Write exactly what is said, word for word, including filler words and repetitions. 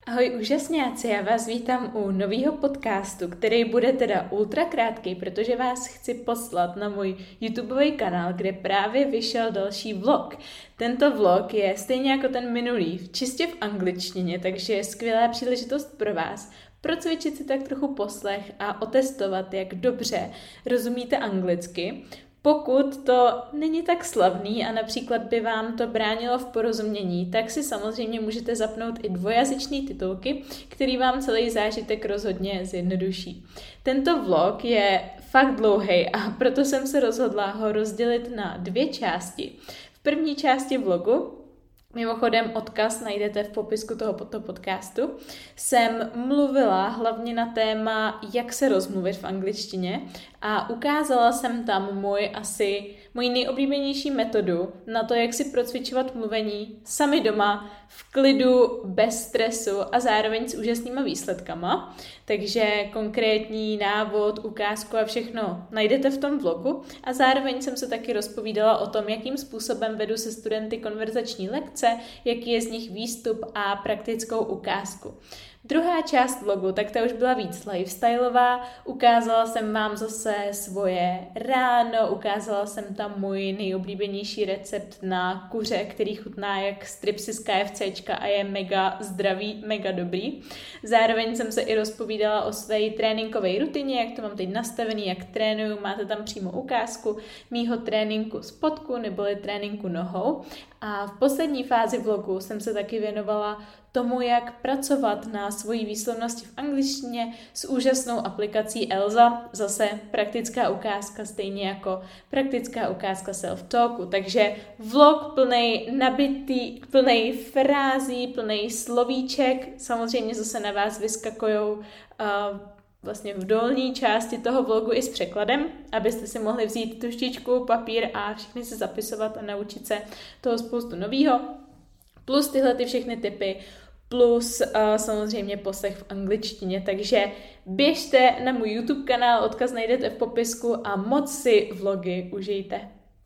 Ahoj úžasňáci, já vás vítám u nového podcastu, který bude teda ultra krátký, protože vás chci poslat na můj YouTubeový kanál, kde právě vyšel další vlog. Tento vlog je stejně jako ten minulý, čistě v angličtině, takže je skvělá příležitost pro vás procvičit si tak trochu poslech a otestovat, jak dobře rozumíte anglicky. Pokud to není tak slavný a například by vám to bránilo v porozumění, tak si samozřejmě můžete zapnout i dvojazyčné titulky, který vám celý zážitek rozhodně zjednoduší. Tento vlog je fakt dlouhý a proto jsem se rozhodla ho rozdělit na dvě části. V první části vlogu, mimochodem odkaz najdete v popisku tohoto podcastu, jsem mluvila hlavně na téma, jak se rozmluvit v angličtině a ukázala jsem tam můj asi můj nejoblíbenější metodu na to, jak si procvičovat mluvení sami doma, v klidu, bez stresu a zároveň s úžasnýma výsledkama. Takže konkrétní návod, ukázku a všechno najdete v tom vlogu a zároveň jsem se taky rozpovídala o tom, jakým způsobem vedu se studenty konverzační lekce, jaký je z nich výstup a praktickou ukázku. Druhá část vlogu, tak ta už byla víc lifestyleová, ukázala jsem vám zase svoje ráno, ukázala jsem tam můj nejoblíbenější recept na kuře, který chutná jak stripsy z KFCčka a je mega zdravý, mega dobrý. Zároveň jsem se i rozpovídala o své tréninkové rutině, jak to mám teď nastavený, jak trénuju, máte tam přímo ukázku mýho tréninku spodku neboli tréninku nohou. A v poslední fázi vlogu jsem se taky věnovala tomu, jak pracovat na svojí výslovnosti v angličtině s úžasnou aplikací Elza, zase praktická ukázka, stejně jako praktická ukázka self-talku. Takže vlog plnej nabitý, plnej frází, plnej slovíček, samozřejmě zase na vás vyskakujou uh, vlastně v dolní části toho vlogu i s překladem, abyste si mohli vzít tuštičku, papír a všechny se zapisovat a naučit se toho spoustu novýho. Plus tyhle ty všechny typy, plus uh, samozřejmě poslech v angličtině. Takže běžte na můj YouTube kanál, odkaz najdete v popisku a moc si vlogy užijte.